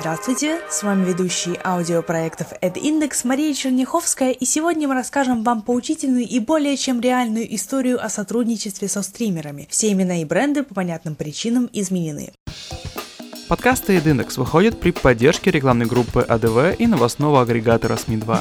Здравствуйте, с вами ведущий аудиопроектов EdIndex Мария Черняховская, и сегодня мы расскажем вам поучительную и более чем реальную историю о сотрудничестве со стримерами. Все имена и бренды по понятным причинам изменены. Подкасты EdIndex выходят при поддержке рекламной группы АДВ и новостного агрегатора СМИ-2.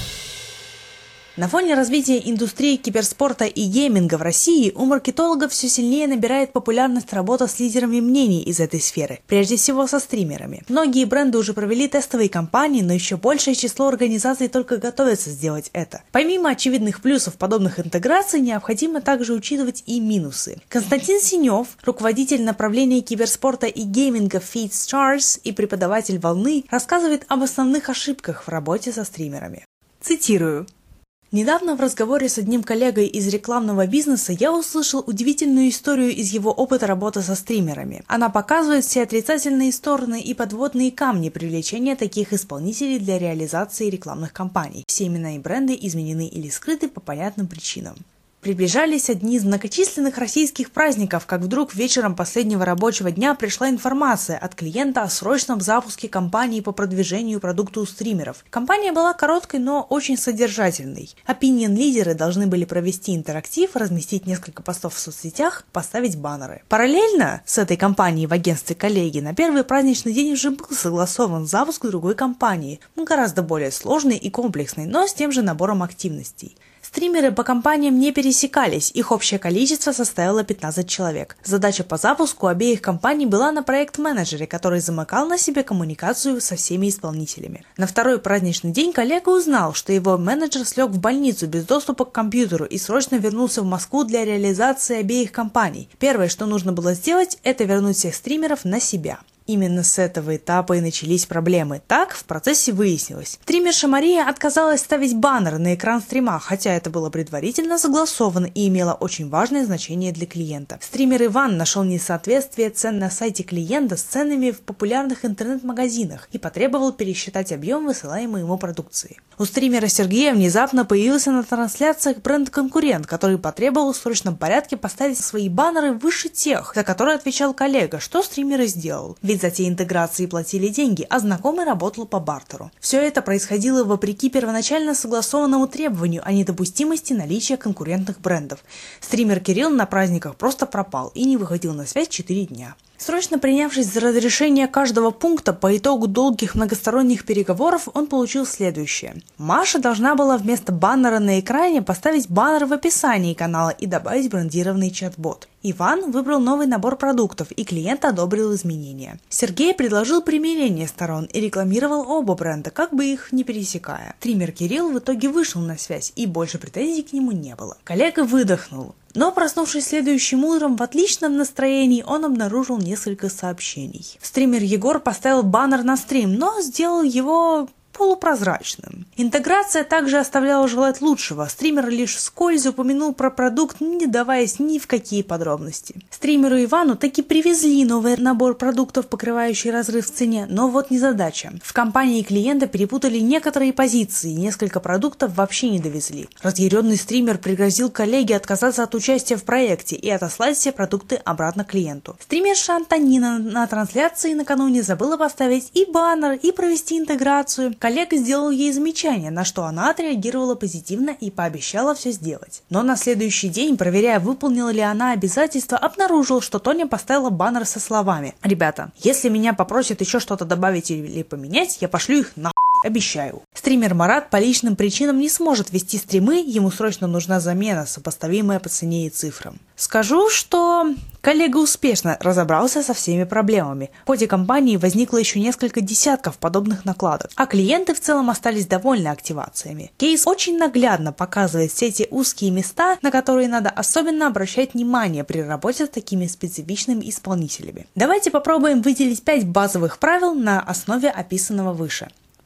На фоне развития индустрии киберспорта и гейминга в России у маркетологов все сильнее набирает популярность работа с лидерами мнений из этой сферы, прежде всего со стримерами. Многие бренды уже провели тестовые кампании, но еще большее число организаций только готовятся сделать это. Помимо очевидных плюсов подобных интеграций, необходимо также учитывать и минусы. Константин Синев, руководитель направления киберспорта и гейминга FeedStars и преподаватель «Волны», рассказывает об основных ошибках в работе со стримерами. Цитирую. Недавно в разговоре с одним коллегой из рекламного бизнеса я услышал удивительную историю из его опыта работы со стримерами. Она показывает все отрицательные стороны и подводные камни привлечения таких исполнителей для реализации рекламных кампаний. Все имена и бренды изменены или скрыты по понятным причинам. Приближались одни из многочисленных российских праздников, как вдруг вечером последнего рабочего дня пришла информация от клиента о срочном запуске кампании по продвижению продукта у стримеров. Кампания была короткой, но очень содержательной. Opinion-лидеры должны были провести интерактив, разместить несколько постов в соцсетях, поставить баннеры. Параллельно с этой кампанией в агентстве коллеги на первый праздничный день уже был согласован запуск другой кампании, гораздо более сложной и комплексной, но с тем же набором активностей. Стримеры по компаниям не пересекались, их общее количество составило 15 человек. Задача по запуску обеих компаний была на проект-менеджере, который замыкал на себе коммуникацию со всеми исполнителями. На второй праздничный день коллега узнал, что его менеджер слег в больницу без доступа к компьютеру и срочно вернулся в Москву для реализации обеих компаний. Первое, что нужно было сделать, это вернуть всех стримеров на себя. Именно с этого этапа и начались проблемы. Так, в процессе выяснилось. Стримерша Мария отказалась ставить баннер на экран стрима, хотя это было предварительно согласовано и имело очень важное значение для клиента. Стример Иван нашел несоответствие цен на сайте клиента с ценами в популярных интернет-магазинах и потребовал пересчитать объем высылаемой ему продукции. У стримера Сергея внезапно появился на трансляциях бренд-конкурент, который потребовал в срочном порядке поставить свои баннеры выше тех, за которые отвечал коллега, что стример и сделал. Ведь за те интеграции платили деньги, а знакомый работал по бартеру. Все это происходило вопреки первоначально согласованному требованию о недопустимости наличия конкурентных брендов. Стример Кирилл на праздниках просто пропал и не выходил на связь 4 дня. Срочно принявшись за разрешение каждого пункта по итогу долгих многосторонних переговоров, он получил следующее. Маша должна была вместо баннера на экране поставить баннер в описании канала и добавить брендированный чат-бот. Иван выбрал новый набор продуктов, и клиент одобрил изменения. Сергей предложил примирение сторон и рекламировал оба бренда, как бы их не пересекая. Стример Кирилл в итоге вышел на связь, и больше претензий к нему не было. Коллега выдохнул. Но, проснувшись следующим утром в отличном настроении, он обнаружил несколько сообщений. Стример Егор поставил баннер на стрим, но сделал его полупрозрачным. Интеграция также оставляла желать лучшего. Стример лишь вскользь упомянул про продукт, не даваясь ни в какие подробности. Стримеру Ивану таки привезли новый набор продуктов, покрывающий разрыв в цене, но вот незадача. В компании клиента перепутали некоторые позиции, несколько продуктов вообще не довезли. Разъяренный стример пригрозил коллеге отказаться от участия в проекте и отослать все продукты обратно клиенту. Стримерша Антонина на трансляции накануне забыла поставить и баннер, и провести интеграцию. Коллега сделал ей замечание, на что она отреагировала позитивно и пообещала все сделать. Но на следующий день, проверяя, выполнила ли она обязательства, обнаружил, что Тоня поставила баннер со словами: «Ребята, если меня попросят еще что-то добавить или поменять, я пошлю их нахуй. Обещаю». Стример Марат по личным причинам не сможет вести стримы, ему срочно нужна замена, сопоставимая по цене и цифрам. Скажу, что коллега успешно разобрался со всеми проблемами. В ходе кампании возникло еще несколько десятков подобных накладок, а клиенты в целом остались довольны активациями. Кейс очень наглядно показывает все те узкие места, на которые надо особенно обращать внимание при работе с такими специфичными исполнителями. Давайте попробуем выделить 5 базовых правил на основе описанного выше.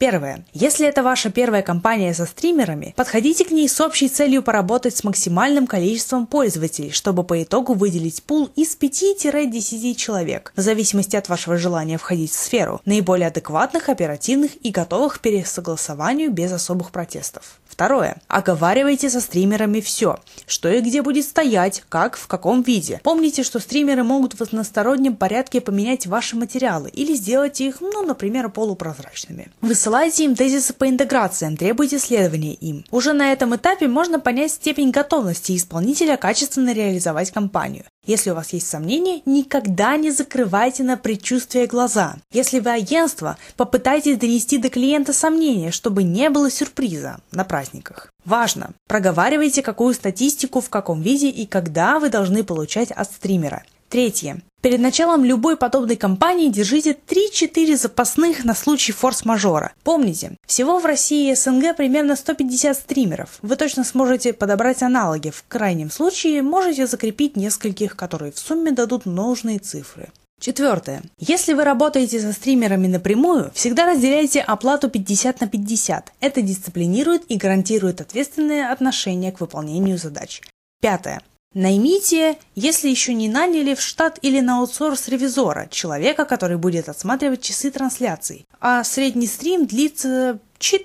Первое. Если это ваша первая кампания со стримерами, подходите к ней с общей целью поработать с максимальным количеством пользователей, чтобы по итогу выделить пул из 5-10 человек, в зависимости от вашего желания входить в сферу, наиболее адекватных, оперативных и готовых к пересогласованию без особых протестов. Второе. Оговаривайте со стримерами все, что и где будет стоять, как, в каком виде. Помните, что стримеры могут в одностороннем порядке поменять ваши материалы или сделать их, например, полупрозрачными. Высылайте им тезисы по интеграциям, требуйте следования им. Уже на этом этапе можно понять степень готовности исполнителя качественно реализовать кампанию. Если у вас есть сомнения, никогда не закрывайте на предчувствие глаза. Если вы агентство, попытайтесь донести до клиента сомнения, чтобы не было сюрприза на праздниках. Важно! Проговаривайте, какую статистику, в каком виде и когда вы должны получать от стримера. Третье. Перед началом любой подобной кампании держите 3-4 запасных на случай форс-мажора. Помните, всего в России и СНГ примерно 150 стримеров. Вы точно сможете подобрать аналоги. В крайнем случае можете закрепить нескольких, которые в сумме дадут нужные цифры. Четвертое. Если вы работаете со стримерами напрямую, всегда разделяйте оплату 50/50. Это дисциплинирует и гарантирует ответственное отношение к выполнению задач. Пятое. Наймите, если еще не наняли, в штат или на аутсорс ревизора, человека, который будет отсматривать часы трансляций, а средний стрим длится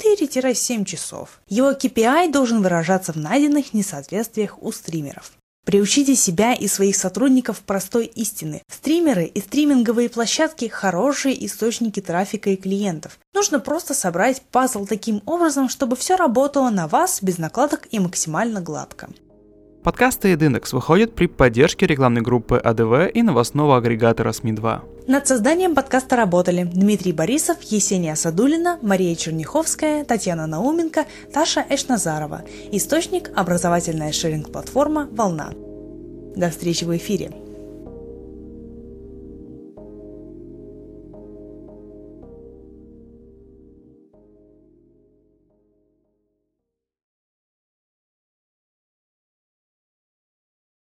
4-7 часов. Его KPI должен выражаться в найденных несоответствиях у стримеров. Приучите себя и своих сотрудников простой истины. Стримеры и стриминговые площадки – хорошие источники трафика и клиентов. Нужно просто собрать пазл таким образом, чтобы все работало на вас без накладок и максимально гладко. Подкасты EdIndex выходят при поддержке рекламной группы АДВ и новостного агрегатора СМИ-2. Над созданием подкаста работали Дмитрий Борисов, Есения Садулина, Мария Черняховская, Татьяна Науменко, Таша Эшназарова. Источник – образовательная шеринг-платформа «Волна». До встречи в эфире!